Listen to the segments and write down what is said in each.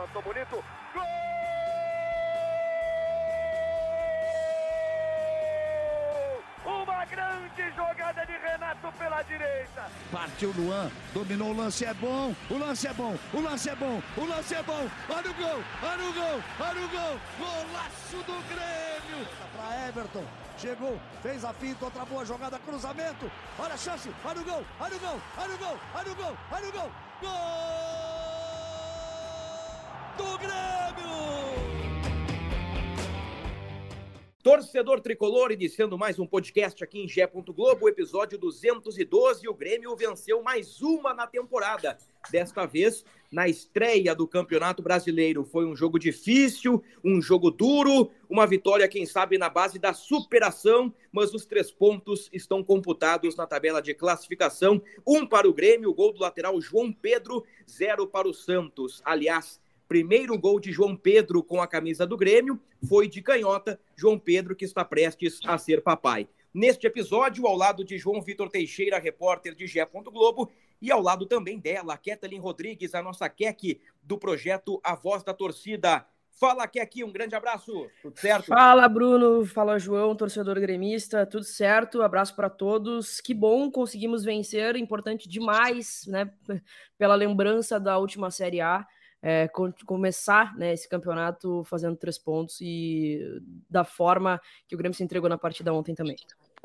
Levantou bonito. Gol! Uma grande jogada de Renato pela direita. Partiu Luan, dominou, o lance é bom, o lance é bom, o lance é bom, o lance é bom. Olha o gol, olha o gol, olha o gol. Golaço do Grêmio. Para Everton, chegou, fez a finta, outra boa jogada, cruzamento. Olha a chance, olha o gol, olha o gol, olha o gol, olha o gol, olha o gol. Gol do Grêmio! Torcedor tricolor, iniciando mais um podcast aqui em Gé. Globo, episódio 212. O Grêmio venceu mais uma na temporada. Desta vez, na estreia do Campeonato Brasileiro. Foi um jogo difícil, um jogo duro, uma vitória, quem sabe, na base da superação, mas os 3 pontos estão computados na tabela de classificação. 1 para o Grêmio, gol do lateral João Pedro, 0 para o Santos. Aliás, primeiro gol de João Pedro com a camisa do Grêmio foi de canhota, João Pedro que está prestes a ser papai. Neste episódio, ao lado de João Vitor Teixeira, repórter de Gé. Globo, e ao lado também dela, Kathleen Rodrigues, a nossa Kek do projeto A Voz da Torcida. Fala, Kek, um grande abraço, tudo certo? Fala, Bruno, fala, João, torcedor gremista, tudo certo, abraço para todos, que bom, conseguimos vencer, importante demais, né, pela lembrança da última Série A. Começar, né, esse campeonato fazendo 3 pontos e da forma que o Grêmio se entregou na partida ontem também.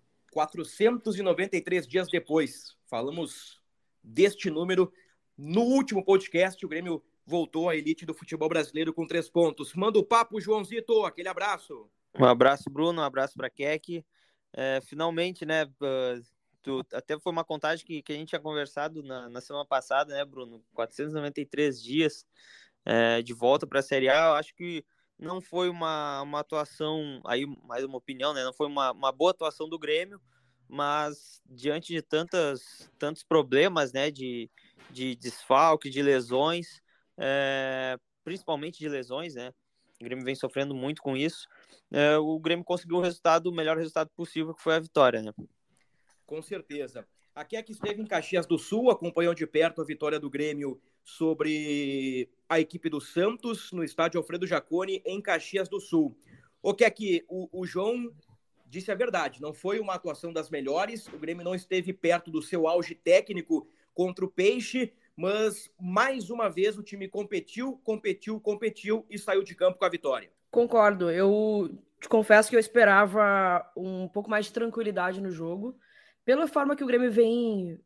493 dias depois, falamos deste número no último podcast. O Grêmio voltou à elite do futebol brasileiro com 3 pontos. Manda o papo, Joãozito, aquele abraço. Um abraço, Bruno, um abraço para Kek. Finalmente, né, até foi uma contagem que a gente tinha conversado na semana passada, né, Bruno? 493 dias de volta para a Série A. Eu acho que não foi uma atuação, aí mais uma opinião, né? Não foi uma boa atuação do Grêmio, mas diante de tantos problemas, né, de desfalque, de lesões, principalmente de lesões, né? O Grêmio vem sofrendo muito com isso. O Grêmio conseguiu o melhor resultado possível, que foi a vitória, né? Com certeza. A Kek esteve em Caxias do Sul, acompanhou de perto a vitória do Grêmio sobre a equipe do Santos, no estádio Alfredo Jaconi, em Caxias do Sul. O Kek, o João disse a verdade, não foi uma atuação das melhores, o Grêmio não esteve perto do seu auge técnico contra o Peixe, mas mais uma vez o time competiu e saiu de campo com a vitória. Concordo, eu te confesso que eu esperava um pouco mais de tranquilidade no jogo, pela forma que o Grêmio vem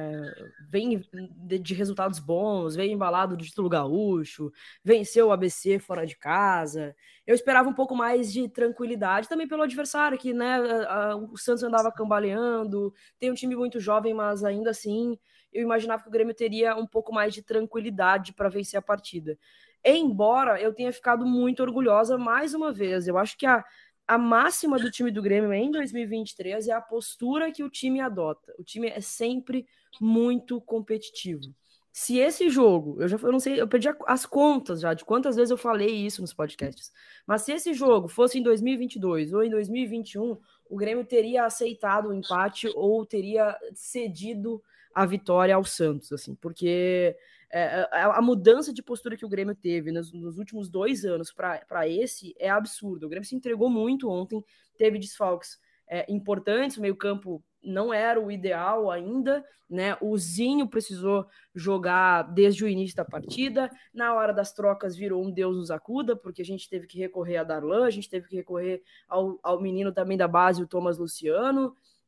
de resultados bons, vem embalado do título gaúcho, venceu o ABC fora de casa. Eu esperava um pouco mais de tranquilidade, também pelo adversário, que, né, o Santos andava cambaleando, tem um time muito jovem, mas ainda assim eu imaginava que o Grêmio teria um pouco mais de tranquilidade para vencer a partida. Embora eu tenha ficado muito orgulhosa mais uma vez, eu acho que a máxima do time do Grêmio em 2023 é a postura que o time adota. O time é sempre muito competitivo. Se esse jogo, eu não sei, eu perdi as contas já de quantas vezes eu falei isso nos podcasts, mas se esse jogo fosse em 2022 ou em 2021, o Grêmio teria aceitado o empate ou teria cedido a vitória ao Santos, assim, porque a mudança de postura que o Grêmio teve nos últimos 2 anos para esse é absurdo. O Grêmio se entregou muito ontem, teve desfalques importantes, o meio-campo não era o ideal ainda, né? O Zinho precisou jogar desde o início da partida, na hora das trocas virou um Deus nos acuda, porque a gente teve que recorrer a Darlan, a gente teve que recorrer ao menino também da base, o Thomas Luciano.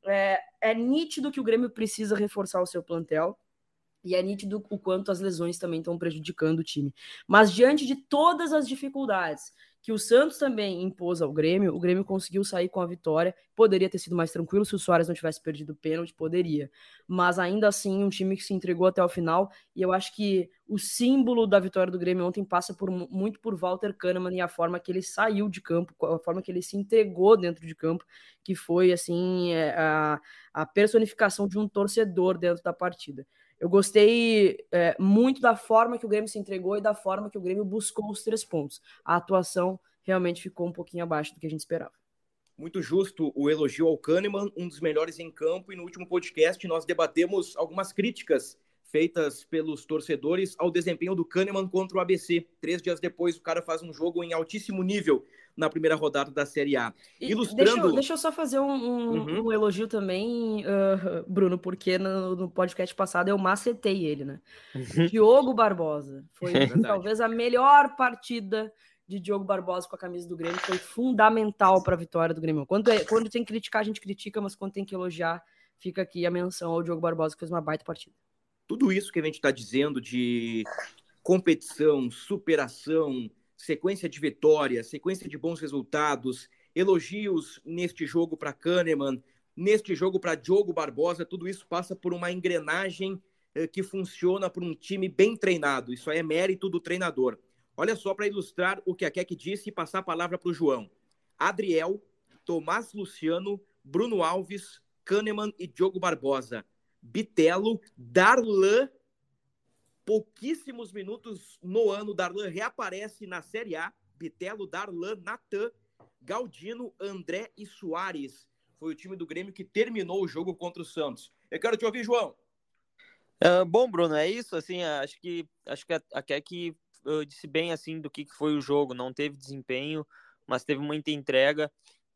É nítido que o Grêmio precisa reforçar o seu plantel, e é nítido o quanto as lesões também estão prejudicando o time. Mas diante de todas as dificuldades que o Santos também impôs ao Grêmio, o Grêmio conseguiu sair com a vitória. Poderia ter sido mais tranquilo se o Suárez não tivesse perdido o pênalti, poderia. Mas ainda assim, um time que se entregou até o final, e eu acho que o símbolo da vitória do Grêmio ontem passa muito por Walter Kahneman e a forma que ele saiu de campo, a forma que ele se entregou dentro de campo, que foi assim a personificação de um torcedor dentro da partida. Eu gostei muito da forma que o Grêmio se entregou e da forma que o Grêmio buscou os 3 pontos. A atuação realmente ficou um pouquinho abaixo do que a gente esperava. Muito justo o elogio ao Kahneman, um dos melhores em campo, e no último podcast nós debatemos algumas críticas feitas pelos torcedores ao desempenho do Kahneman contra o ABC. 3 dias depois, o cara faz um jogo em altíssimo nível na primeira rodada da Série A. Ilustrando... Deixa eu só fazer um elogio também, Bruno, porque no podcast passado eu macetei ele, né? Diogo Barbosa. Foi talvez a melhor partida de Diogo Barbosa com a camisa do Grêmio. Foi fundamental para a vitória do Grêmio. Quando tem que criticar, a gente critica, mas quando tem que elogiar, fica aqui a menção ao Diogo Barbosa, que fez uma baita partida. Tudo isso que a gente está dizendo de competição, superação, sequência de vitórias, sequência de bons resultados, elogios neste jogo para Kahneman, neste jogo para Diogo Barbosa, tudo isso passa por uma engrenagem que funciona por um time bem treinado. Isso aí é mérito do treinador. Olha só, para ilustrar o que a Keck disse e passar a palavra para o João. Adriel, Tomás Luciano, Bruno Alves, Kahneman e Diogo Barbosa. Bitelo, Darlan, pouquíssimos minutos no ano, Darlan reaparece na Série A. Bitelo, Darlan, Natan, Galdino, André e Soares. Foi o time do Grêmio que terminou o jogo contra o Santos. Eu quero te ouvir, João. Bom, Bruno, é isso. Assim, acho que a Keck disse bem assim do que foi o jogo. Não teve desempenho, mas teve muita entrega,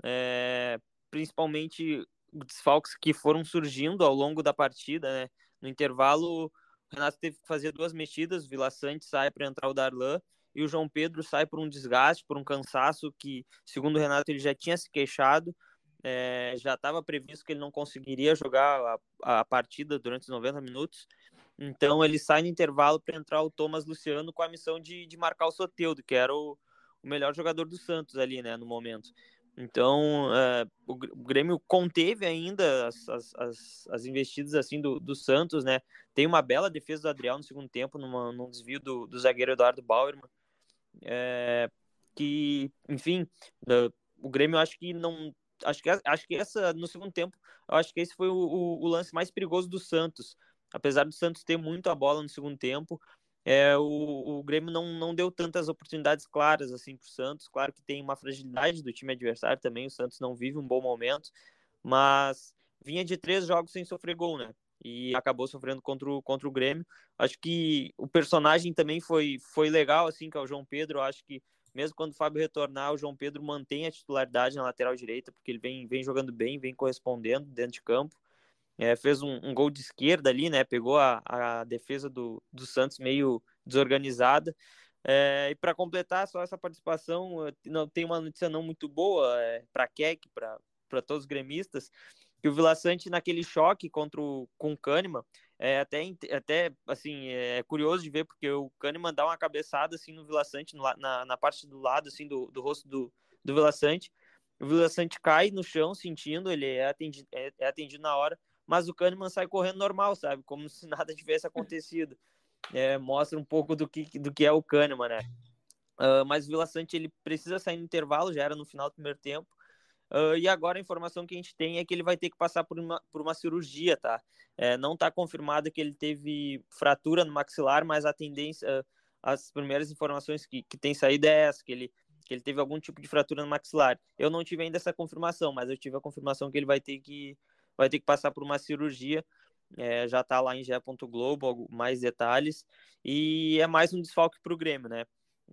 principalmente desfalques que foram surgindo ao longo da partida, né? No intervalo, o Renato teve que fazer 2 mexidas, o Vila Sante sai para entrar o Darlan e o João Pedro sai por um desgaste, por um cansaço que, segundo o Renato, ele já tinha se queixado, já estava previsto que ele não conseguiria jogar a partida durante os 90 minutos, então ele sai no intervalo para entrar o Tomás Luciano com a missão de marcar o Soteldo, que era o melhor jogador do Santos ali, né, no momento. Então, o Grêmio conteve ainda as investidas assim do Santos, né? Tem uma bela defesa do Adriel no segundo tempo, num desvio do zagueiro Eduardo Bauerman. Que, enfim, o Grêmio acho que não... Acho que essa, no segundo tempo, eu acho que esse foi o lance mais perigoso do Santos. Apesar do Santos ter muito a bola no segundo tempo, o Grêmio não deu tantas oportunidades claras assim para o Santos. Claro que tem uma fragilidade do time adversário também, o Santos não vive um bom momento, mas vinha de 3 jogos sem sofrer gol, né? E acabou sofrendo contra o Grêmio. Acho que o personagem também foi legal, assim, que é o João Pedro. Eu acho que mesmo quando o Fábio retornar, o João Pedro mantém a titularidade na lateral direita, porque ele vem jogando bem, vem correspondendo dentro de campo. Fez um gol de esquerda ali, né? Pegou a defesa do Santos meio desorganizada. E para completar só essa participação, não tem uma notícia não muito boa para a Keck, para todos os gremistas, que o Vila Sante, naquele choque com o Kahneman, até assim, é curioso de ver, porque o Kahneman dá uma cabeçada assim no Vila Sante, na parte do lado assim, do rosto do Vila Sante. O Vila Sante cai no chão sentindo, ele é atendido na hora, mas o Kahneman sai correndo normal, sabe? Como se nada tivesse acontecido. Mostra um pouco do que é o Kahneman, né? Mas o Vila Sante, ele precisa sair no intervalo, já era no final do primeiro tempo. E agora a informação que a gente tem é que ele vai ter que passar por uma cirurgia, tá? Não está confirmado que ele teve fratura no maxilar, mas a tendência, as primeiras informações que tem saído é essa, que ele teve algum tipo de fratura no maxilar. Eu não tive ainda essa confirmação, mas eu tive a confirmação que ele vai ter que passar por uma cirurgia. Já está lá em ge.globo, mais detalhes, e é mais um desfalque para o Grêmio, né?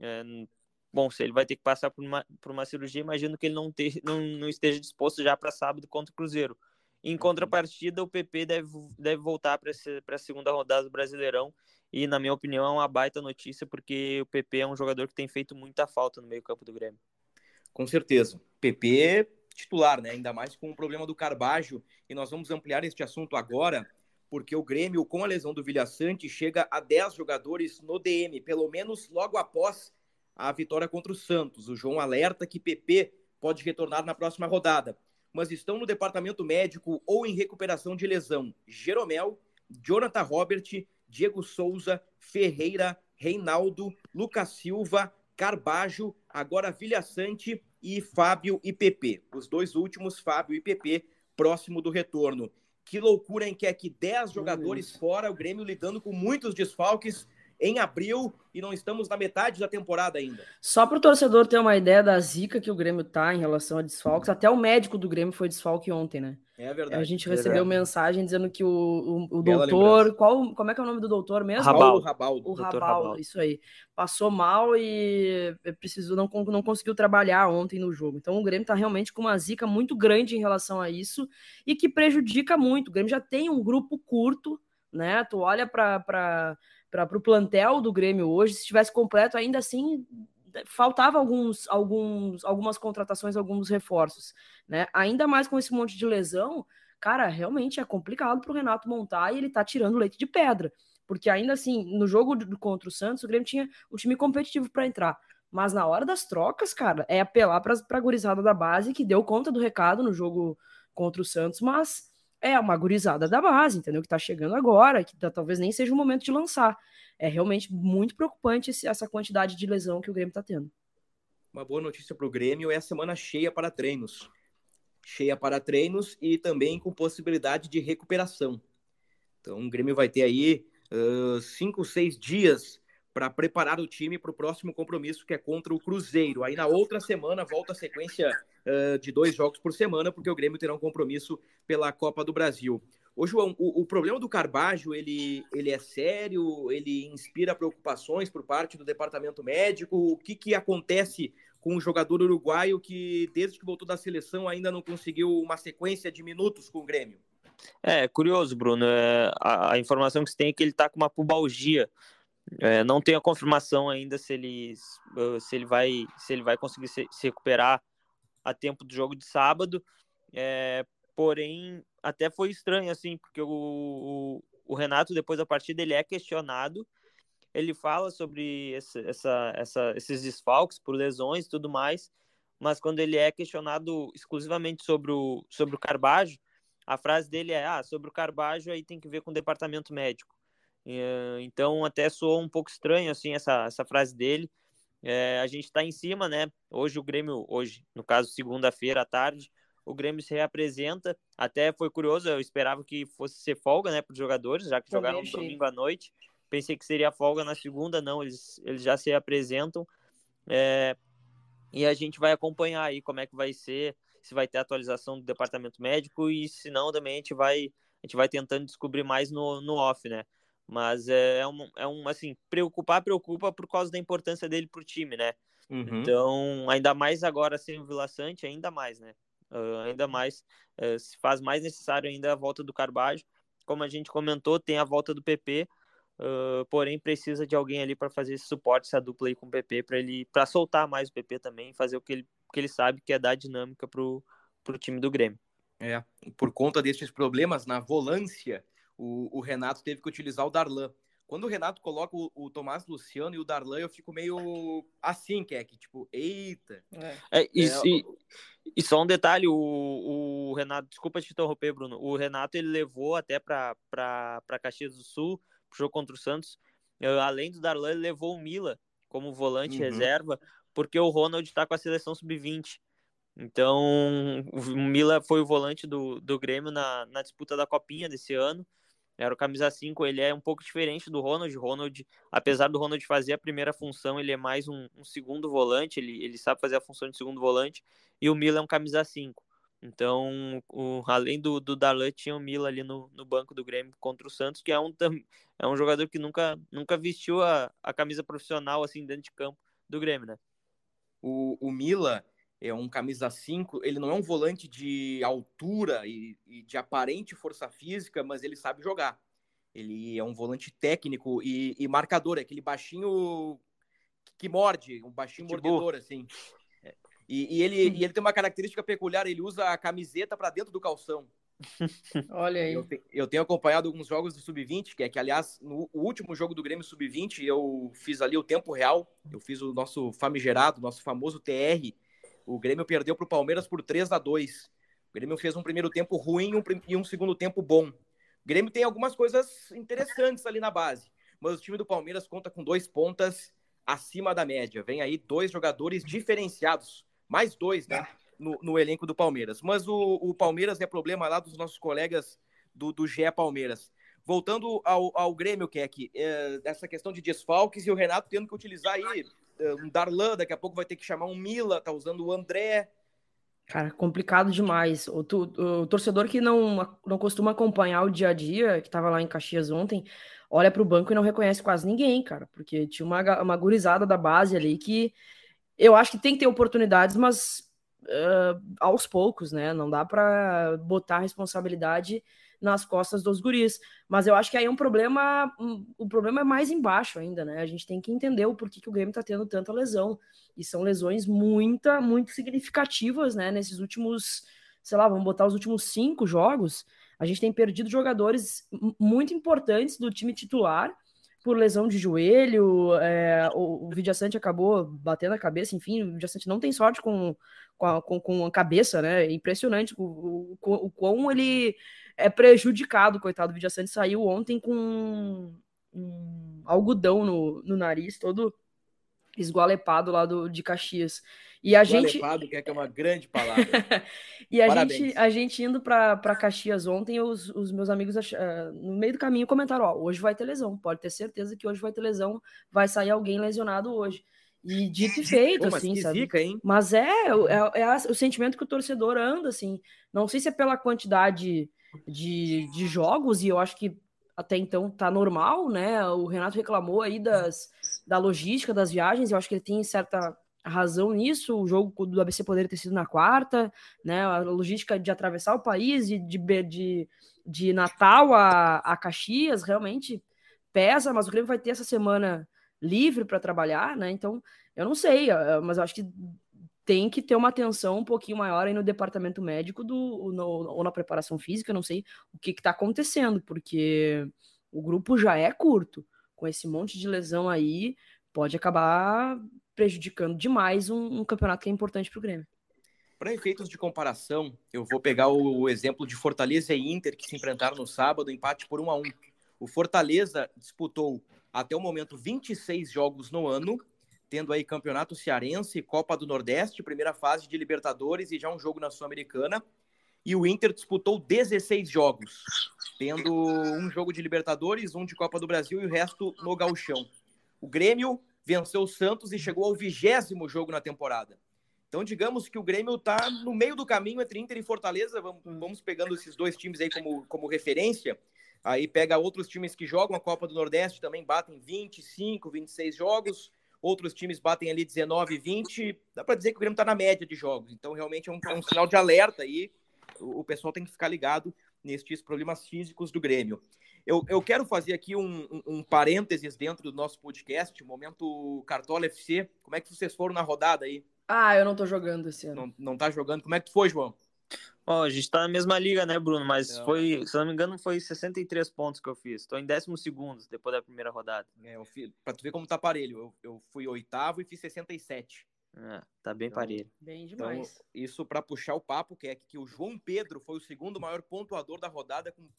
Bom, se ele vai ter que passar por uma cirurgia, imagino que ele não esteja disposto já para sábado contra o Cruzeiro. Em contrapartida, o PP deve voltar para a segunda rodada do Brasileirão, e na minha opinião é uma baita notícia, porque o PP é um jogador que tem feito muita falta no meio campo do Grêmio. Com certeza. PP titular, né? Ainda mais com o problema do Carbajo, e nós vamos ampliar este assunto agora, porque o Grêmio, com a lesão do Vila Sante, chega a 10 jogadores no DM, pelo menos logo após a vitória contra o Santos. O João alerta que PP pode retornar na próxima rodada, mas estão no departamento médico ou em recuperação de lesão Jeromel, Jonathan Robert, Diego Souza, Ferreira, Reinaldo, Lucas Silva, Carbajo, agora Vila Sante e Fábio e PP. Os 2 últimos, Fábio e PP, próximo do retorno. Que loucura, hein? Que é que 10 jogadores fora, o Grêmio lidando com muitos desfalques em abril e não estamos na metade da temporada ainda. Só para o torcedor ter uma ideia da zica que o Grêmio tá em relação a desfalques, até o médico do Grêmio foi desfalque ontem, né? É verdade. A gente recebeu mensagem dizendo que o Bela doutor... Como é que é o nome do doutor mesmo? Paulo Rabaldo. O Dr. Rabaldo, isso aí. Passou mal e não conseguiu trabalhar ontem no jogo. Então o Grêmio tá realmente com uma zica muito grande em relação a isso e que prejudica muito. O Grêmio já tem um grupo curto, né? Tu olha para o plantel do Grêmio hoje, se estivesse completo, ainda assim faltava algumas contratações, alguns reforços, né? Ainda mais com esse monte de lesão, cara, realmente é complicado pro Renato montar e ele tá tirando leite de pedra, porque ainda assim, no jogo contra o Santos, o Grêmio tinha um time competitivo para entrar, mas na hora das trocas, cara, é apelar pra gurizada da base que deu conta do recado no jogo contra o Santos, mas é uma gurizada da base, entendeu? Que tá chegando agora, que talvez nem seja o momento de lançar. É realmente muito preocupante essa quantidade de lesão que o Grêmio tá tendo. Uma boa notícia para o Grêmio é a semana cheia para treinos. Cheia para treinos e também com possibilidade de recuperação. Então o Grêmio vai ter aí 5, 6 dias para preparar o time para o próximo compromisso, que é contra o Cruzeiro. Aí na outra semana volta a sequência de 2 jogos por semana, porque o Grêmio terá um compromisso pela Copa do Brasil. Ô, João, o problema do Carbajo, ele é sério? Ele inspira preocupações por parte do departamento médico? O que acontece com um jogador uruguaio que, desde que voltou da seleção, ainda não conseguiu uma sequência de minutos com o Grêmio? É curioso, Bruno. A informação que se tem é que ele está com uma pubalgia. Não tem a confirmação ainda se ele vai conseguir se recuperar a tempo do jogo de sábado. Porém, até foi estranho, assim, porque o Renato, depois da partida, ele é questionado. Ele fala sobre esses desfalques por lesões e tudo mais, mas quando ele é questionado exclusivamente sobre o Carbajo, a frase dele é: sobre o Carbajo aí tem que ver com o departamento médico. Então até soou um pouco estranho assim essa frase dele. A gente está em cima, né? Hoje, no caso, segunda-feira à tarde, o Grêmio se reapresenta. Até foi curioso, eu esperava que fosse ser folga, né, para os jogadores, já que jogaram no domingo à noite. Pensei que seria folga na segunda, não, eles já se apresentam. E a gente vai acompanhar aí como é que vai ser, se vai ter atualização do departamento médico, e se não, também a gente vai tentando descobrir mais no off, né? Mas assim, preocupa por causa da importância dele pro time, né? Uhum. Então, ainda mais agora sem o Vila Sante, ainda mais, né? Ainda mais, se faz mais necessário ainda a volta do Carbajo. Como a gente comentou, tem a volta do PP, porém precisa de alguém ali para fazer esse suporte, essa dupla aí com o PP, para soltar mais o PP também, fazer o que ele sabe, que é dar dinâmica pro time do Grêmio. Por conta desses problemas na volância, o Renato teve que utilizar o Darlan. Quando o Renato coloca o Tomás Luciano e o Darlan, eu fico meio assim, que tipo, eita. E só um detalhe, o Renato, desculpa te interromper, Bruno, o Renato ele levou até para Caxias do Sul, pro jogo contra o Santos, além do Darlan, ele levou o Mila como volante reserva, porque o Ronald está com a seleção sub-20. Então, o Mila foi o volante do Grêmio na disputa da Copinha desse ano. Era o camisa 5, ele é um pouco diferente do Ronald. Ronald, apesar do Ronald fazer a primeira função, ele é mais um segundo volante, ele sabe fazer a função de segundo volante, e o Mila é um camisa 5. Então, além do Darlan, tinha o Mila ali no banco do Grêmio contra o Santos, que é um jogador que nunca vestiu a camisa profissional assim dentro de campo do Grêmio, né? O Mila é um camisa 5, ele não é um volante de altura e de aparente força física, mas ele sabe jogar. Ele é um volante técnico e marcador, é aquele baixinho que morde, um baixinho mordedor, assim. E ele tem uma característica peculiar, ele usa a camiseta para dentro do calção. Olha aí. Eu tenho acompanhado alguns jogos do Sub-20, que aliás, no último jogo do Grêmio Sub-20, eu fiz ali o tempo real, eu fiz o nosso famigerado, nosso famoso TR. O Grêmio perdeu para o Palmeiras por 3-2. O Grêmio fez um primeiro tempo ruim e um segundo tempo bom. O Grêmio tem algumas coisas interessantes ali na base, mas o time do Palmeiras conta com 2 pontas acima da média. Vem aí 2 jogadores diferenciados, mais 2, né, no elenco do Palmeiras. Mas o Palmeiras é problema lá dos nossos colegas do GE Palmeiras. Voltando ao Grêmio, Keck, essa questão de desfalques e o Renato tendo que utilizar aí um Darlan, daqui a pouco vai ter que chamar um Mila, tá usando o André. Cara, complicado demais. O torcedor que não costuma acompanhar o dia a dia, que tava lá em Caxias ontem, olha pro banco e não reconhece quase ninguém, cara, porque tinha uma gurizada da base ali que eu acho que tem que ter oportunidades, mas aos poucos, né? Não dá para botar a responsabilidade nas costas dos guris. Mas eu acho que aí é o problema é mais embaixo ainda, né? A gente tem que entender o porquê que o Grêmio tá tendo tanta lesão. E são lesões muito significativas, né? Nesses últimos, sei lá, vamos botar os últimos 5 jogos, a gente tem perdido jogadores muito importantes do time titular por lesão de joelho, o Vidiaçante acabou batendo a cabeça, enfim, o Vidiaçante não tem sorte com a cabeça, né? É impressionante o quão ele é prejudicado, coitado. O Vidiaçante saiu ontem com um algodão no nariz, todo esgualepado lá de Caxias. E a gente Esgualepado, que é uma grande palavra. e Parabéns. a gente indo para Caxias ontem, os meus amigos no meio do caminho comentaram: ó, hoje vai ter lesão, pode ter certeza que hoje vai ter lesão, vai sair alguém lesionado hoje. E dito e feito, Mas assim, que sabe? zica, hein? Mas o sentimento que o torcedor anda, assim. Não sei se é pela quantidade de jogos, e eu acho que até então tá normal, né? O Renato reclamou aí da logística das viagens, eu acho que ele tem certa razão nisso. O jogo do ABC poderia ter sido na quarta, né? A logística de atravessar o país e de Natal a Caxias realmente pesa, mas o Grêmio vai ter essa semana livre para trabalhar, né? Então, eu não sei, mas eu acho que tem que ter uma atenção um pouquinho maior aí no departamento médico ou na preparação física, eu não sei o que está acontecendo, porque o grupo já é curto, com esse monte de lesão aí, pode acabar prejudicando demais um campeonato que é importante para o Grêmio. Para efeitos de comparação, eu vou pegar o exemplo de Fortaleza e Inter, que se enfrentaram no sábado, empate por 1-1. O Fortaleza disputou, até o momento, 26 jogos no ano, tendo aí Campeonato Cearense, Copa do Nordeste, primeira fase de Libertadores e já um jogo na Sul-Americana. E o Inter disputou 16 jogos, tendo um jogo de Libertadores, um de Copa do Brasil e o resto no Gauchão. O Grêmio venceu o Santos e chegou ao 20º jogo na temporada. Então, digamos que o Grêmio está no meio do caminho entre Inter e Fortaleza. Vamos pegando esses dois times aí como referência. Aí pega outros times que jogam a Copa do Nordeste, também batem 25, 26 jogos. Outros times batem ali 19, 20. Dá para dizer que o Grêmio está na média de jogos. Então, realmente é um sinal de alerta aí. O pessoal tem que ficar ligado nestes problemas físicos do Grêmio. Eu quero fazer aqui um parênteses dentro do nosso podcast, momento Cartola FC. Como é que vocês foram na rodada aí? Eu não tô jogando esse ano. Não tá jogando. Como é que tu foi, João? Ó, a gente tá na mesma liga, né, Bruno? Mas se eu não me engano, foi 63 pontos que eu fiz. Tô em 12º depois da primeira rodada. Pra tu ver como tá parelho. Eu fui 8º e fiz 67. Tá bem parelho. Bem demais. Então, isso para puxar o papo, que é que o João Pedro foi o segundo maior pontuador da rodada com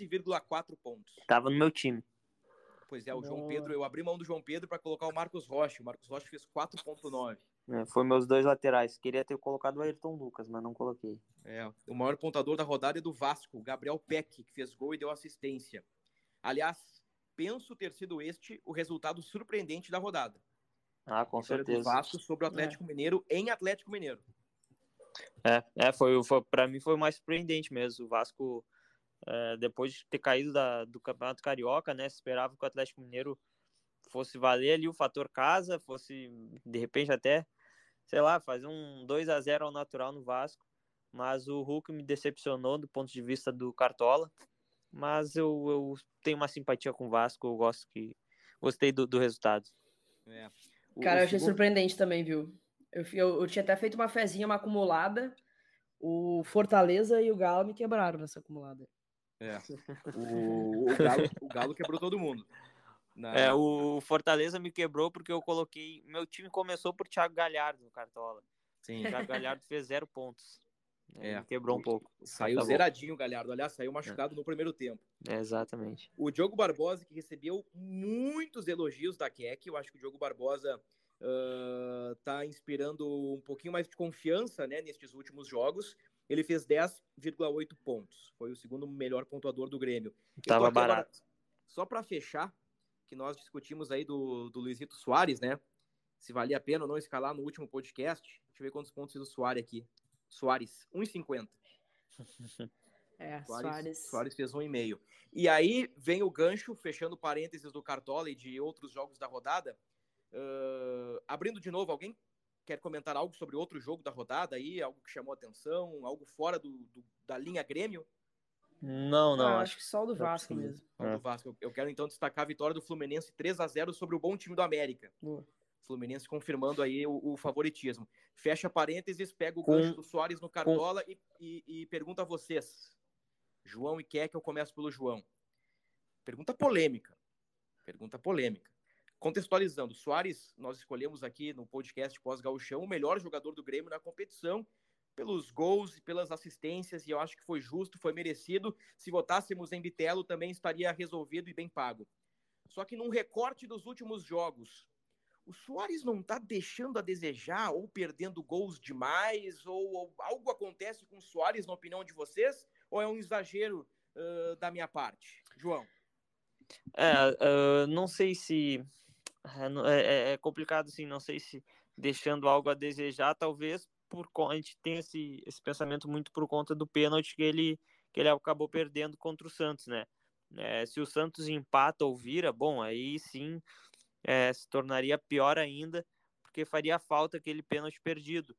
15,4 pontos. Tava no meu time. Pois é, o João Pedro, eu abri mão do João Pedro para colocar o Marcos Rocha. O Marcos Rocha fez 4,9. Foi meus dois laterais. Queria ter colocado o Ayrton Lucas, mas não coloquei. O maior pontuador da rodada é do Vasco, o Gabriel Peck, que fez gol e deu assistência. Aliás, penso ter sido este o resultado surpreendente da rodada. Com certeza. Do Vasco sobre o Atlético Mineiro em Atlético Mineiro. Foi para mim foi o mais surpreendente mesmo. O Vasco, depois de ter caído do Campeonato Carioca, né, se esperava que o Atlético Mineiro fosse valer ali o fator casa, fosse de repente até, sei lá, fazer um 2-0 ao natural no Vasco, mas o Hulk me decepcionou do ponto de vista do Cartola, mas eu tenho uma simpatia com o Vasco, gostei do resultado. Cara, eu achei surpreendente também, viu? Eu tinha até feito uma fezinha, uma acumulada, o Fortaleza e o Galo me quebraram nessa acumulada. O Galo quebrou todo mundo. O Fortaleza me quebrou porque eu coloquei... Meu time começou por Thiago Galhardo no Cartola. Sim. O Thiago Galhardo fez 0 pontos. Me quebrou um pouco. Saiu zeradinho o Galhardo. Aliás, saiu machucado no primeiro tempo. Exatamente. O Diogo Barbosa, que recebeu muitos elogios da Keck. Eu acho que o Diogo Barbosa tá inspirando um pouquinho mais de confiança, né, nestes últimos jogos. Ele fez 10,8 pontos. Foi o segundo melhor pontuador do Grêmio. Tava barato. Só para fechar, que nós discutimos aí do Luizito Soares, né? Se valia a pena ou não escalar no último podcast. Deixa eu ver quantos pontos fez o Soares aqui. Soares, 1,50. Soares fez 1,5. E aí vem o gancho, fechando parênteses do Cartola e de outros jogos da rodada. Abrindo de novo, alguém quer comentar algo sobre outro jogo da rodada aí? Algo que chamou atenção? Algo fora da linha Grêmio? Não, acho que só o do Vasco mesmo. Só do Vasco. Eu quero então destacar a vitória do Fluminense 3-0 sobre o bom time do América. Boa. Fluminense confirmando aí o favoritismo. Fecha parênteses, pega o gancho do Soares no Cartola e pergunta a vocês. João e Keck, eu começo pelo João. Pergunta polêmica. Contextualizando, Soares, nós escolhemos aqui no podcast Pós-Gauchão o melhor jogador do Grêmio na competição, pelos gols e pelas assistências, e eu acho que foi justo, foi merecido. Se votássemos em Bitelo, também estaria resolvido e bem pago. Só que num recorte dos últimos jogos, o Soares não está deixando a desejar ou perdendo gols demais? Ou algo acontece com o Soares, na opinião de vocês? Ou é um exagero da minha parte? João? Não sei se... É complicado, assim, não sei se deixando algo a desejar, talvez a gente tem esse pensamento muito por conta do pênalti que ele acabou perdendo contra o Santos, né? Se o Santos empata ou vira, bom, aí sim se tornaria pior ainda, porque faria falta aquele pênalti perdido.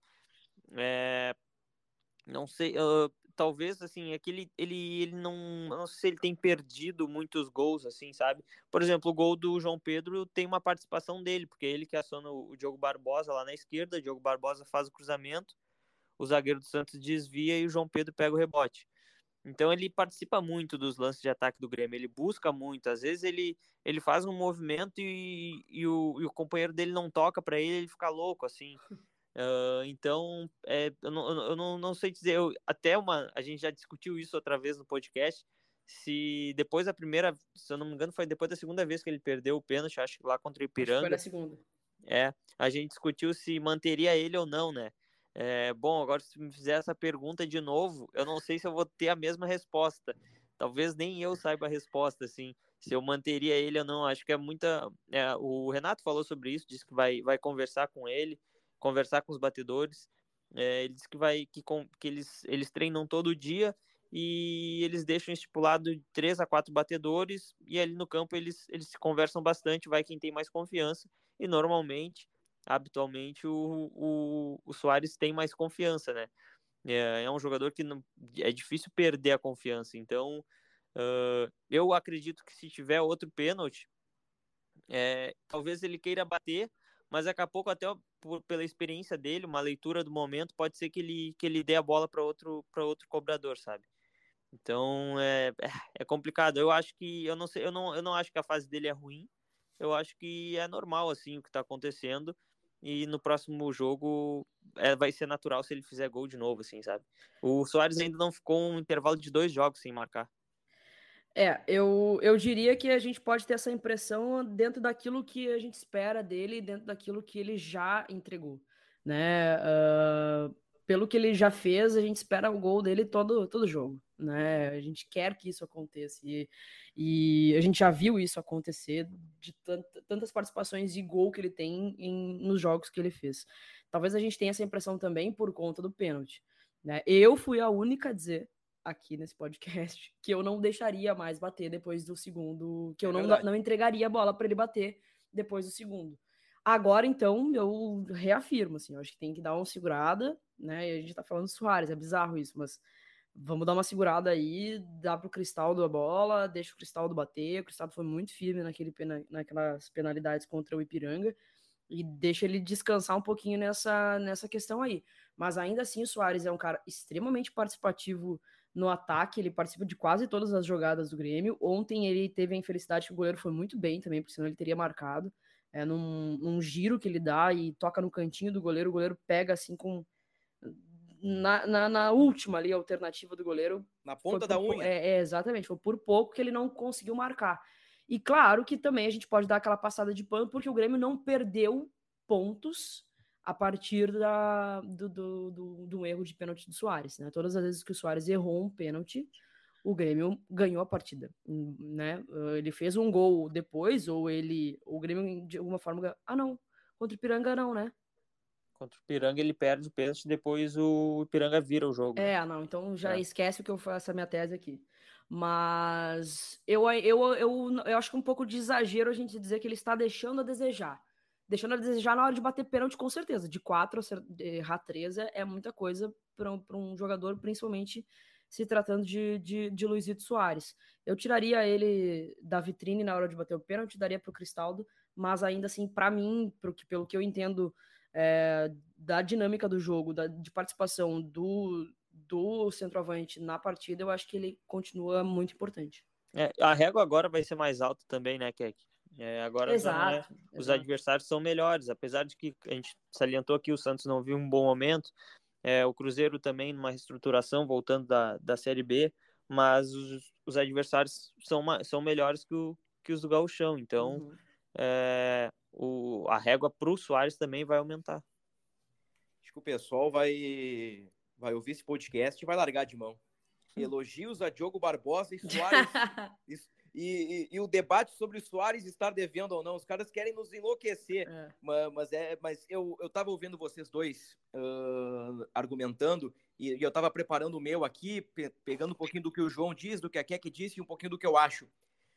Não sei, talvez, assim, é que ele não sei se ele tem perdido muitos gols, assim, sabe? Por exemplo, o gol do João Pedro tem uma participação dele, porque é ele que aciona o Diogo Barbosa lá na esquerda, o Diogo Barbosa faz o cruzamento, o zagueiro do Santos desvia e o João Pedro pega o rebote. Então ele participa muito dos lances de ataque do Grêmio, ele busca muito, às vezes ele faz um movimento e o companheiro dele não toca para ele fica louco, assim. Então, eu não sei dizer, a gente já discutiu isso outra vez no podcast, se depois da primeira, se eu não me engano, foi depois da segunda vez que ele perdeu o pênalti, acho que lá contra o Ipiranga. Acho que foi na segunda. A gente discutiu se manteria ele ou não, né? Bom, agora se me fizer essa pergunta de novo, eu não sei se eu vou ter a mesma resposta. Talvez nem eu saiba a resposta, assim, se eu manteria ele ou não. Acho que é muita... o Renato falou sobre isso, disse que vai conversar com ele, conversar com os batedores. Ele disse que eles treinam todo dia e eles deixam estipulado 3 a 4 batedores e ali no campo eles se conversam bastante, vai quem tem mais confiança e normalmente, habitualmente, o Soares tem mais confiança, né? É um jogador que é difícil perder a confiança, então eu acredito que se tiver outro pênalti, talvez ele queira bater, mas daqui a pouco, até pela experiência dele, uma leitura do momento, pode ser que ele dê a bola para outro cobrador, sabe? Então é complicado. Eu acho que eu não sei, eu não acho que a fase dele é ruim. Eu acho que é normal assim o que está acontecendo. E no próximo jogo vai ser natural se ele fizer gol de novo, assim, sabe? O Soares ainda não ficou um intervalo de 2 jogos sem marcar. Eu diria que a gente pode ter essa impressão dentro daquilo que a gente espera dele, dentro daquilo que ele já entregou, né? Pelo que ele já fez, a gente espera o gol dele todo jogo, né? A gente quer que isso aconteça e a gente já viu isso acontecer de tantas participações de gol que ele tem nos jogos que ele fez. Talvez a gente tenha essa impressão também por conta do pênalti, né? Eu fui a única a dizer aqui nesse podcast, que eu não deixaria mais bater depois do segundo, que eu não entregaria a bola para ele bater depois do segundo. Agora, então, eu reafirmo, assim, eu acho que tem que dar uma segurada, né, e a gente tá falando do Soares, é bizarro isso, mas vamos dar uma segurada aí, dá pro Cristaldo a bola, deixa o Cristaldo bater, o Cristaldo foi muito firme naquelas penalidades contra o Ipiranga, e deixa ele descansar um pouquinho nessa questão aí. Mas ainda assim o Soares é um cara extremamente participativo no ataque, ele participa de quase todas as jogadas do Grêmio. Ontem ele teve a infelicidade que o goleiro foi muito bem também, porque senão ele teria marcado. Num giro que ele dá e toca no cantinho do goleiro, o goleiro pega assim na última ali, alternativa do goleiro. Na ponta da unha. Exatamente, foi por pouco que ele não conseguiu marcar. E claro que também a gente pode dar aquela passada de pano, porque o Grêmio não perdeu pontos a partir do erro de pênalti do Soares, né? Todas as vezes que o Soares errou um pênalti, o Grêmio ganhou a partida, né? Ele fez um gol depois, o Grêmio de alguma forma... Ah, não, contra o Ipiranga não, né? Contra o Ipiranga ele perde o pênalti e depois o Ipiranga vira o jogo. Não, então já esquece o que eu faço a minha tese aqui. Mas eu acho que é um pouco de exagero a gente dizer que ele está deixando a desejar. Deixando a desejar na hora de bater pênalti, com certeza. De 4 errar 3 é muita coisa para um jogador, principalmente se tratando de Luizito Soares. Eu tiraria ele da vitrine na hora de bater o pênalti, daria para o Cristaldo, mas ainda assim, para mim, pelo que eu entendo da dinâmica do jogo, de participação do centroavante na partida, eu acho que ele continua muito importante. A régua agora vai ser mais alta também, né, Keck? Agora exato. Os adversários são melhores, apesar de que a gente salientou aqui, o Santos não viu um bom momento, o Cruzeiro também numa reestruturação, voltando da Série B, mas os adversários são melhores que os do Gauchão, então a régua para o Soares também vai aumentar. Acho que o pessoal vai ouvir esse podcast e vai largar de mão. Elogios a Diogo Barbosa e Soares e o debate sobre o Soares estar devendo ou não. Os caras querem nos enlouquecer. Mas eu estava ouvindo vocês dois argumentando e eu estava preparando o meu aqui, pegando um pouquinho do que o João diz, do que a Keck disse e um pouquinho do que eu acho.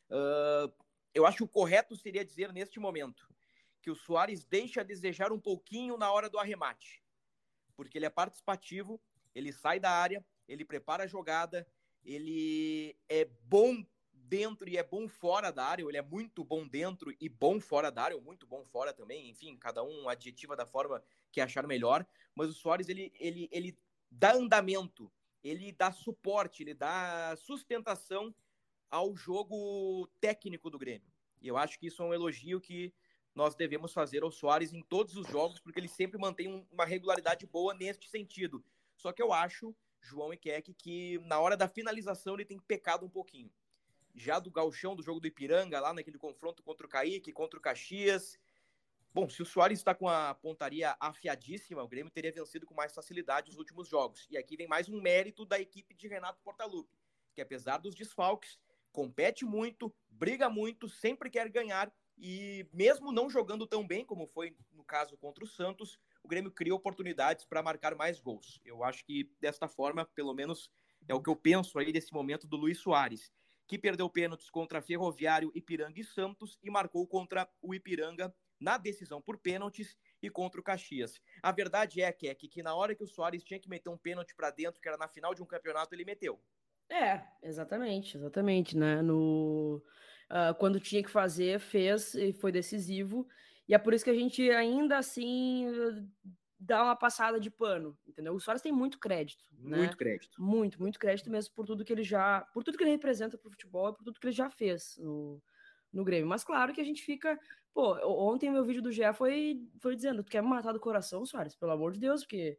Eu acho que o correto seria dizer neste momento que o Soares deixa a desejar um pouquinho na hora do arremate, porque ele é participativo, ele sai da área, ele prepara a jogada, ele é bom dentro e é bom fora da área, ele é muito bom dentro e bom fora da área, ou muito bom fora também, enfim, cada um adjetiva da forma que achar melhor, mas o Soares, ele dá andamento, ele dá suporte, ele dá sustentação ao jogo técnico do Grêmio. E eu acho que isso é um elogio que nós devemos fazer ao Soares em todos os jogos, porque ele sempre mantém uma regularidade boa neste sentido. Só que eu acho, João e Keck, que na hora da finalização ele tem pecado um pouquinho. Já do Gauchão, do jogo do Ipiranga, lá naquele confronto contra o Kaique, contra o Caxias. Bom, se o Soares está com a pontaria afiadíssima, o Grêmio teria vencido com mais facilidade os últimos jogos. E aqui vem mais um mérito da equipe de Renato Portaluppi, que apesar dos desfalques, compete muito, briga muito, sempre quer ganhar e mesmo não jogando tão bem como foi no caso contra o Santos, o Grêmio cria oportunidades para marcar mais gols. Eu acho que desta forma, pelo menos é o que eu penso aí desse momento do Luís Soares, que perdeu pênaltis contra Ferroviário, Ipiranga e Santos e marcou contra o Ipiranga na decisão por pênaltis e contra o Caxias. A verdade é, Keck, que na hora que o Soares tinha que meter um pênalti para dentro, que era na final de um campeonato, ele meteu. Exatamente, né? Quando tinha que fazer, fez e foi decisivo. E é por isso que a gente ainda assim dá uma passada de pano, entendeu? O Soares tem muito crédito, muito crédito. Muito crédito mesmo por tudo que ele representa pro futebol e por tudo que ele já fez no Grêmio. Mas claro que a gente fica... Pô, ontem meu vídeo do GE foi dizendo, tu quer me matar do coração, Soares? Pelo amor de Deus, porque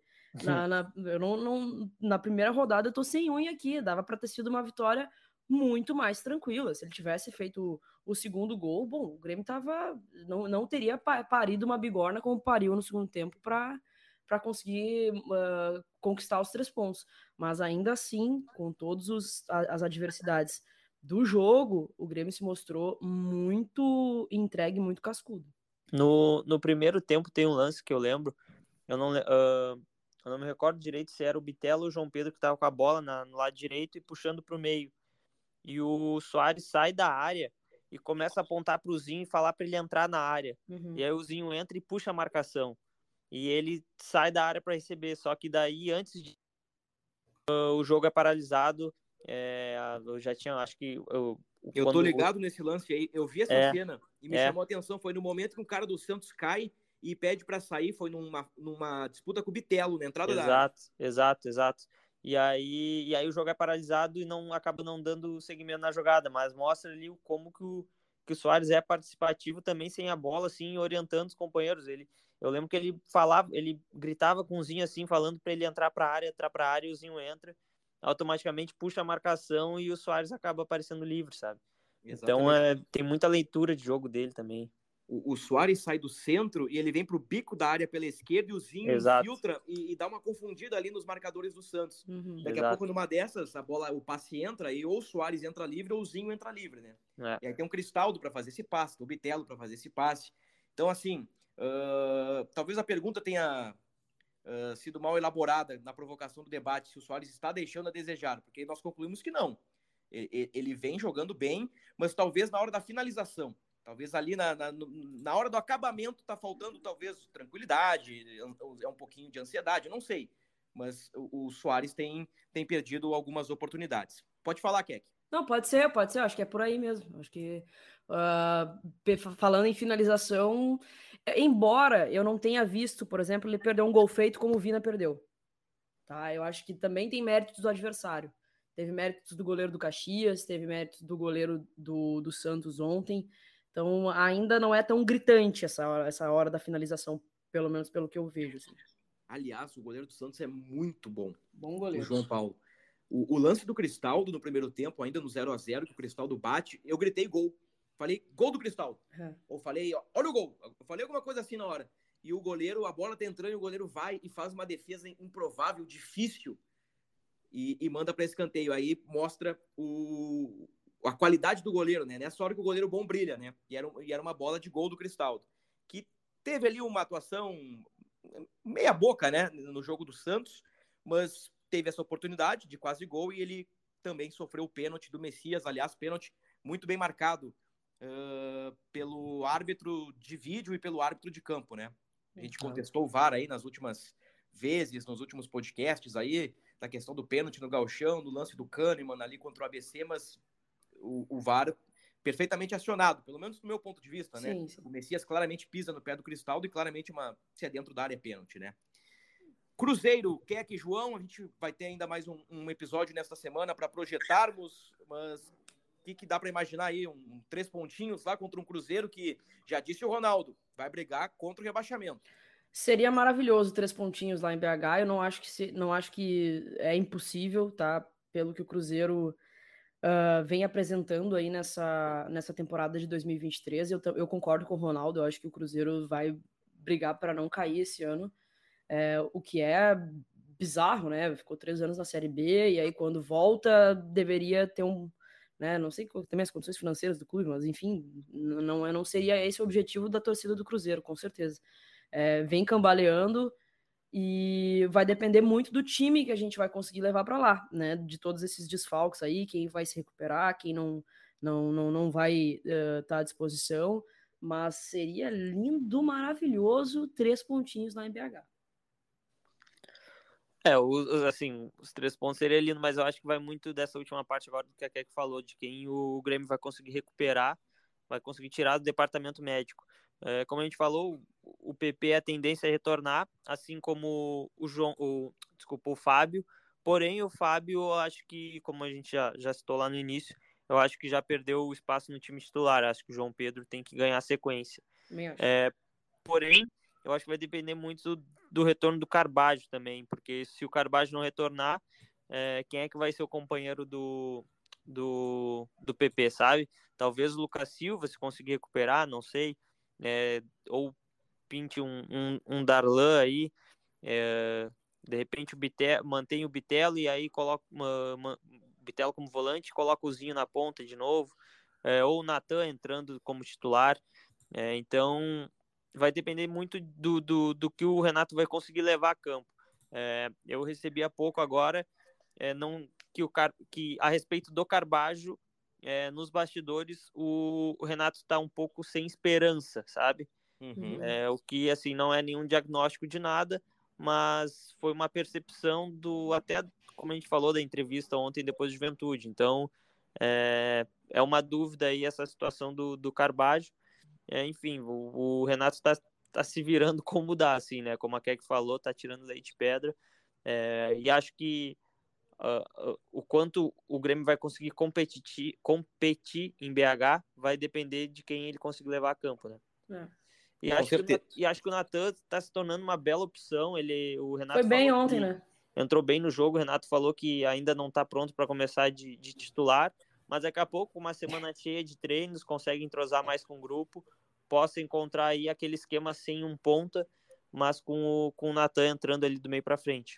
na primeira rodada eu tô sem unha aqui, dava pra ter sido uma vitória muito mais tranquila. Se ele tivesse feito o segundo gol, bom, o Grêmio não teria parido uma bigorna como pariu no segundo tempo para conseguir conquistar os 3 pontos. Mas ainda assim, com todas as adversidades do jogo, o Grêmio se mostrou muito entregue, muito cascudo. No primeiro tempo tem um lance que eu lembro, eu não me recordo direito se era o Bitelo ou o João Pedro que estava com a bola no lado direito e puxando para o meio. E o Soares sai da área e começa a apontar para o Zinho e falar para ele entrar na área. Uhum. E aí o Zinho entra e puxa a marcação. E ele sai da área para receber. Só que daí, antes de o jogo é paralisado. Eu já tinha, acho que... Eu tô ligado nesse lance aí. Eu vi essa cena e me chamou a atenção. Foi no momento que um cara do Santos cai e pede para sair. Foi numa disputa com o Bitelo, na entrada da área. Exato. E aí o jogo é paralisado e acaba não dando seguimento na jogada, mas mostra ali como que o Soares é participativo também sem a bola, assim, orientando os companheiros. Eu lembro que ele gritava com o Zinho assim, falando para ele entrar para a área, e o Zinho entra, automaticamente puxa a marcação e o Soares acaba aparecendo livre, sabe? Exatamente. Então tem muita leitura de jogo dele também. O Soares sai do centro e ele vem pro bico da área pela esquerda e o Zinho infiltra e dá uma confundida ali nos marcadores do Santos. Uhum. Daqui a pouco, numa dessas, o passe entra e ou o Soares entra livre ou o Zinho entra livre, né? E aí tem um Cristaldo para fazer esse passe, tem o Bitelo para fazer esse passe. Então, assim, talvez a pergunta tenha sido mal elaborada na provocação do debate, se o Soares está deixando a desejar, porque nós concluímos que não. Ele vem jogando bem, mas talvez na hora da finalização, talvez ali na hora do acabamento tá faltando talvez tranquilidade, é um pouquinho de ansiedade, não sei. Mas o Soares tem perdido algumas oportunidades. Pode falar, Keck. Não, pode ser, acho que é por aí mesmo. Acho que, falando em finalização, embora eu não tenha visto, por exemplo, ele perder um gol feito como o Vina perdeu. Tá? Eu acho que também tem méritos do adversário. Teve méritos do goleiro do Caxias, teve méritos do goleiro do Santos ontem. Então, ainda não é tão gritante essa hora da finalização, pelo menos pelo que eu vejo. Assim. Aliás, o goleiro do Santos é muito bom. Bom goleiro. O João Paulo. O lance do Cristaldo no primeiro tempo, ainda no 0-0, que o Cristaldo bate, eu gritei gol. Falei, gol do Cristaldo. Ou falei, olha o gol. Eu falei alguma coisa assim na hora. E o goleiro, a bola tá entrando e o goleiro vai e faz uma defesa improvável, difícil. E manda para escanteio. Aí mostra a qualidade do goleiro, né? Nessa hora que o goleiro bom brilha, né? E era uma bola de gol do Cristaldo. Que teve ali uma atuação meia boca, né? No jogo do Santos, mas teve essa oportunidade de quase gol e ele também sofreu o pênalti do Messias. Aliás, pênalti muito bem marcado pelo árbitro de vídeo e pelo árbitro de campo, né? A gente contestou o VAR aí nas últimas vezes, nos últimos podcasts aí, da questão do pênalti no Gauchão, do lance do Kahneman ali contra o ABC, mas o VAR perfeitamente acionado, pelo menos do meu ponto de vista, né? Sim. O Messias claramente pisa no pé do Cristaldo e claramente se é dentro da área pênalti, né? Cruzeiro, Keck e João, a gente vai ter ainda mais um episódio nesta semana para projetarmos, mas o que dá para imaginar aí? 3 pontinhos lá contra um Cruzeiro que, já disse o Ronaldo, vai brigar contra o rebaixamento. Seria maravilhoso 3 pontinhos lá em BH, eu não acho que é impossível, tá? Pelo que o Cruzeiro vem apresentando aí nessa temporada de 2023, eu concordo com o Ronaldo, eu acho que o Cruzeiro vai brigar para não cair esse ano. O que é bizarro, né? Ficou 3 anos na Série B e aí quando volta deveria ter né? Não sei também as condições financeiras do clube, mas enfim, não seria esse o objetivo da torcida do Cruzeiro, com certeza. Vem cambaleando e vai depender muito do time que a gente vai conseguir levar para lá, né? De todos esses desfalques aí, quem vai se recuperar, quem não vai estar à disposição, mas seria lindo, maravilhoso 3 pontinhos lá em BH. Os 3 pontos seria lindo, mas eu acho que vai muito dessa última parte agora do que a Keck falou, de quem o Grêmio vai conseguir recuperar, vai conseguir tirar do departamento médico. Como a gente falou, o PP, a tendência é retornar, assim como o Fábio, porém o Fábio, eu acho que, como a gente já citou lá no início, eu acho que já perdeu o espaço no time titular, acho que o João Pedro tem que ganhar sequência. Porém, eu acho que vai depender muito do retorno do Carbajo também, porque se o Carbajo não retornar, quem é que vai ser o companheiro do PP, sabe? Talvez o Lucas Silva, se conseguir recuperar, não sei, ou pinte um Darlan aí, de repente mantém o Bitelo e aí coloca o Bitelo como volante, coloca o Zinho na ponta de novo, ou o Natan entrando como titular. Então vai depender muito do que o Renato vai conseguir levar a campo. Eu recebi há pouco agora que a respeito do Carbajo, nos bastidores o Renato está um pouco sem esperança, sabe? Uhum. O que assim não é nenhum diagnóstico de nada, mas foi uma percepção até como a gente falou da entrevista ontem depois de Juventude. Então é uma dúvida aí essa situação do Carbajo. Enfim, o Renato está se virando como dá, assim, né? Como a Keck falou, está tirando leite de pedra. E acho que o quanto o Grêmio vai conseguir competir em BH vai depender de quem ele conseguir levar a campo, né? E acho que o Natan está se tornando uma bela opção. O Renato foi bem ontem, né? Entrou bem no jogo. O Renato falou que ainda não está pronto para começar de titular, mas daqui a pouco, uma semana cheia de treinos, consegue entrosar mais com o grupo, possa encontrar aí aquele esquema sem um ponta, mas com o Natan entrando ali do meio para frente.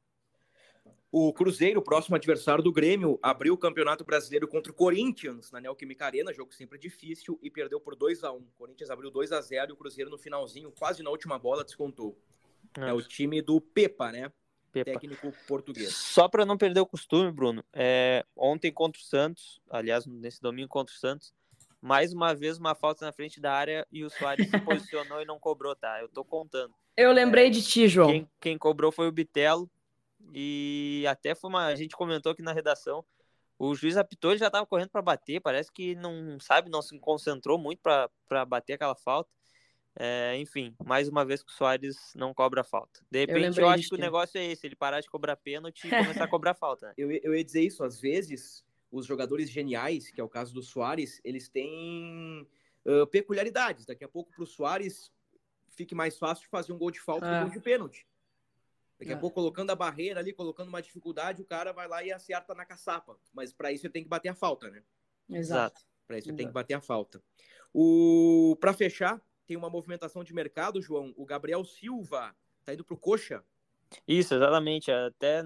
O Cruzeiro, próximo adversário do Grêmio, abriu o Campeonato Brasileiro contra o Corinthians na Neoquímica Arena, jogo sempre difícil, e perdeu por 2-1. O Corinthians abriu 2-0 e o Cruzeiro no finalzinho, quase na última bola, descontou. É o time do Pepa, né? Pepa. Técnico português. Só para não perder o costume, Bruno, ontem contra o Santos, aliás, nesse domingo contra o Santos, mais uma vez uma falta na frente da área e o Soares se posicionou e não cobrou, tá? Eu tô contando. Eu lembrei de ti, João. Quem cobrou foi o Bitelo e até a gente comentou aqui na redação, o juiz apitou, ele já tava correndo para bater, parece que não se concentrou muito para bater aquela falta. Enfim, mais uma vez que o Soares não cobra a falta. De repente, eu acho que o negócio é esse, ele parar de cobrar pênalti e começar a cobrar falta. Né? Eu ia dizer isso, às vezes, os jogadores geniais, que é o caso do Soares, eles têm peculiaridades. Daqui a pouco, pro Soares, fique mais fácil fazer um gol de falta que um gol de pênalti. Daqui a pouco, colocando a barreira ali, colocando uma dificuldade, o cara vai lá e acerta na caçapa. Mas para isso, ele tem que bater a falta, né? Exato. Para isso, ele tem que bater a falta. Para fechar, tem uma movimentação de mercado, João. O Gabriel Silva tá indo pro Coxa. Isso, exatamente. Até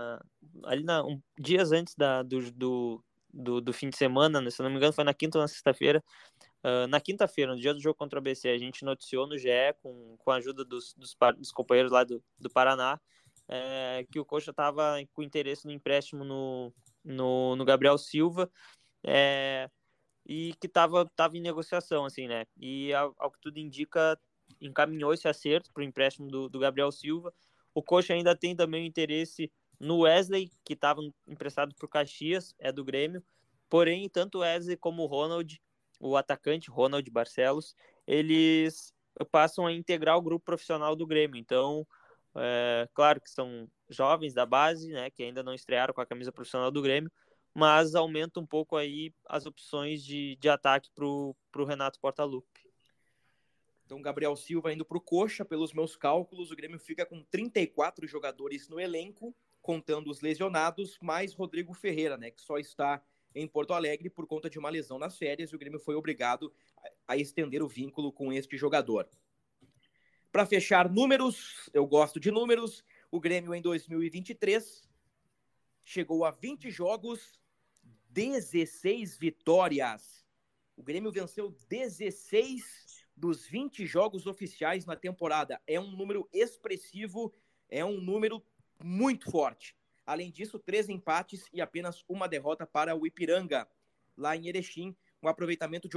dias antes do fim de semana, se não me engano, foi na quinta ou na sexta-feira. Na quinta-feira, no dia do jogo contra o ABC, a gente noticiou no GE, com a ajuda dos companheiros lá do Paraná, que o Coxa estava com interesse no empréstimo no Gabriel Silva. E que estava em negociação, assim, né? E ao que tudo indica, encaminhou esse acerto para o empréstimo do Gabriel Silva. O Coxa ainda tem também o interesse no Wesley, que estava emprestado para o Caxias, do Grêmio. Porém, tanto o Wesley como o Ronald, o atacante Ronald Barcelos, eles passam a integrar o grupo profissional do Grêmio. Então, claro que são jovens da base, né? Que ainda não estrearam com a camisa profissional do Grêmio, mas aumenta um pouco aí as opções de ataque para o Renato Portaluppi. Então, Gabriel Silva indo para o Coxa, pelos meus cálculos, o Grêmio fica com 34 jogadores no elenco, contando os lesionados, mais Rodrigo Ferreira, né, que só está em Porto Alegre por conta de uma lesão nas férias, e o Grêmio foi obrigado a estender o vínculo com este jogador. Para fechar números, eu gosto de números, o Grêmio em 2023 chegou a 20 jogos, 16 vitórias. O Grêmio venceu 16 dos 20 jogos oficiais na temporada. É um número expressivo, é um número muito forte. Além disso, 3 empates e apenas uma derrota para o Ipiranga, lá em Erechim, um aproveitamento de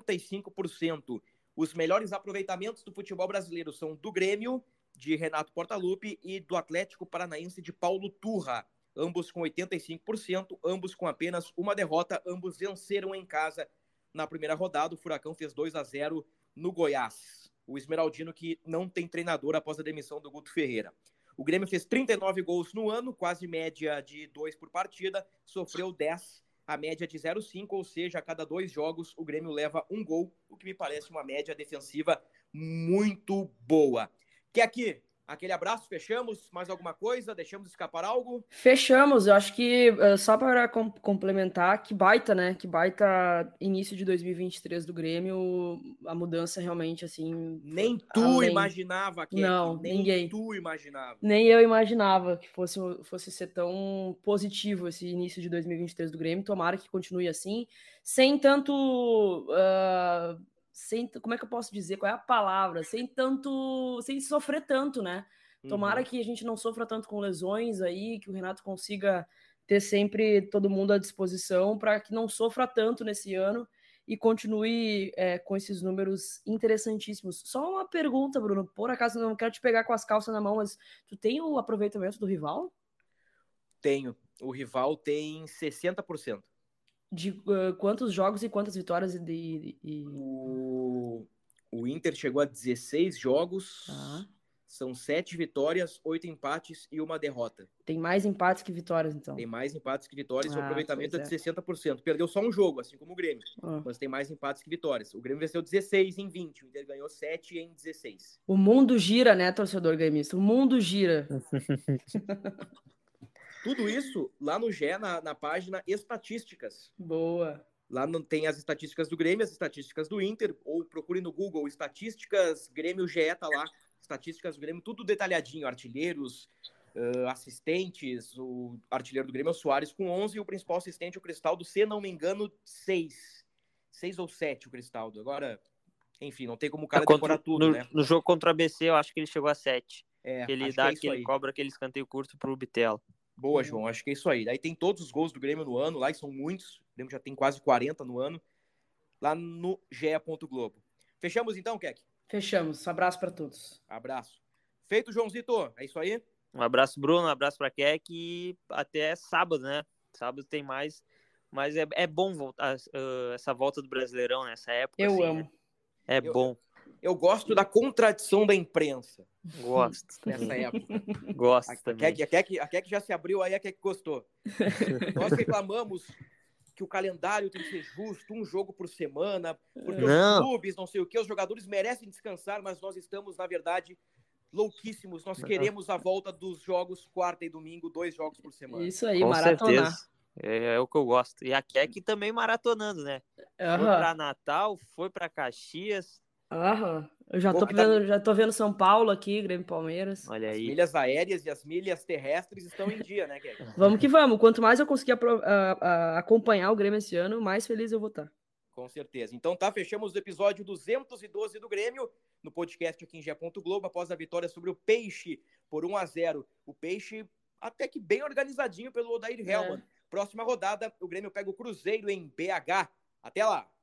85%. Os melhores aproveitamentos do futebol brasileiro são do Grêmio, de Renato Portaluppi, e do Atlético Paranaense de Paulo Turra, ambos com 85%, ambos com apenas uma derrota, ambos venceram em casa na primeira rodada. O Furacão fez 2-0 no Goiás. O Esmeraldino, que não tem treinador após a demissão do Guto Ferreira. O Grêmio fez 39 gols no ano, quase média de 2 por partida, sofreu 10, a média de 0,5, ou seja, a cada 2 jogos o Grêmio leva um gol, o que me parece uma média defensiva muito boa. Aquele abraço, fechamos? Mais alguma coisa? Deixamos escapar algo? Fechamos, eu acho que, só para complementar, que baita, né? Que baita início de 2023 do Grêmio, a mudança realmente, assim... Nem tu imaginava, Kek. Não, ninguém. Tu imaginava. Nem eu imaginava que fosse ser tão positivo esse início de 2023 do Grêmio. Tomara que continue assim, sem tanto... como é que eu posso dizer? Qual é a palavra? Sem sofrer tanto, né? Tomara que a gente não sofra tanto com lesões aí, que o Renato consiga ter sempre todo mundo à disposição para que não sofra tanto nesse ano e continue com esses números interessantíssimos. Só uma pergunta, Bruno, por acaso não quero te pegar com as calças na mão, mas tu tem o aproveitamento do rival? Tenho. O rival tem 60%. De quantos jogos e quantas vitórias? O Inter chegou a 16 jogos, são 7 vitórias, 8 empates e uma derrota. Tem mais empates que vitórias, então. Tem mais empates que vitórias, o aproveitamento é de 60%. Perdeu só um jogo, assim como o Grêmio, mas tem mais empates que vitórias. O Grêmio venceu 16 em 20, o Inter ganhou 7 em 16. O mundo gira, né, torcedor gremista? O mundo gira. Tudo isso lá no GE, na página Estatísticas. Boa. Lá tem as estatísticas do Grêmio, as estatísticas do Inter, ou procure no Google Estatísticas Grêmio GE, tá lá. Estatísticas do Grêmio, tudo detalhadinho. Artilheiros, assistentes, o artilheiro do Grêmio é o Soares com 11 e o principal assistente, o Cristaldo, se não me engano, 6. 6 ou 7 o Cristaldo. Agora, enfim, não tem como o cara decorar tudo, né? No jogo contra o ABC, eu acho que ele chegou a 7. que ele acho dá que é isso aí. cobra aquele escanteio curto pro Bitelo. Boa, João, acho que é isso aí. Daí tem todos os gols do Grêmio no ano, lá e são muitos. O Grêmio já tem quase 40 no ano, lá no ge.globo. Fechamos então, Keck? Fechamos. Abraço para todos. Abraço. Feito, Joãozito. É isso aí? Um abraço, Bruno. Um abraço pra Keck e até sábado, né? Sábado tem mais. Mas é bom voltar essa volta do Brasileirão nessa época. Eu assim, amo. né? É bom. Eu gosto da contradição da imprensa. Gosto. Nessa época. Gosto também. A Keck já se abriu aí, a Keck gostou. Nós reclamamos que o calendário tem que ser justo, um jogo por semana, porque os clubes, não sei o que, os jogadores merecem descansar, mas nós estamos, na verdade, louquíssimos. Nós queremos a volta dos jogos quarta e domingo, 2 jogos por semana. Isso aí, Com maratonar. certeza. É o que eu gosto. E a Keck também maratonando, né? Foi pra Natal, foi pra Caxias. Eu já tô vendo São Paulo aqui, Grêmio e Palmeiras. Olha aí. As milhas aéreas e as milhas terrestres estão em dia, né, Keck? Vamos que vamos. Quanto mais eu conseguir acompanhar o Grêmio esse ano, mais feliz eu vou estar. Com certeza. Então tá, fechamos o episódio 212 do Grêmio no podcast aqui em ge.globo após a vitória sobre o Peixe por 1-0. O Peixe até que bem organizadinho pelo Odair Hellmann. Próxima rodada, o Grêmio pega o Cruzeiro em BH. Até lá!